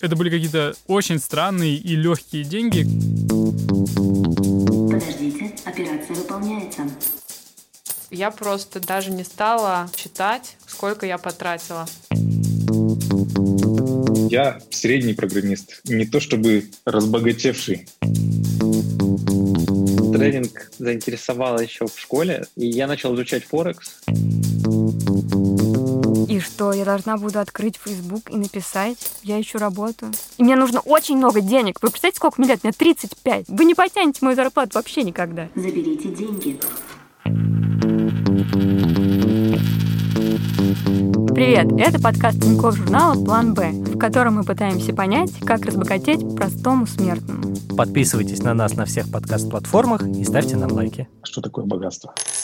Это были какие-то очень странные и легкие деньги. Подождите, операция выполняется. Я просто даже не стала считать, сколько я потратила. Я средний программист, не то чтобы разбогатевший. Трейдинг заинтересовал еще в школе, и я начал изучать Форекс. И что, я должна буду открыть Facebook и написать: я ищу работу. И мне нужно очень много денег. Вы представляете, сколько мне лет? Мне 35. Вы не потянете мою зарплату вообще никогда. Заберите деньги. Привет, это подкаст Тинькофф журнала «План Б», в котором мы пытаемся понять, как разбогатеть простому смертному. Подписывайтесь на нас на всех подкаст-платформах и ставьте нам лайки. Что такое богатство?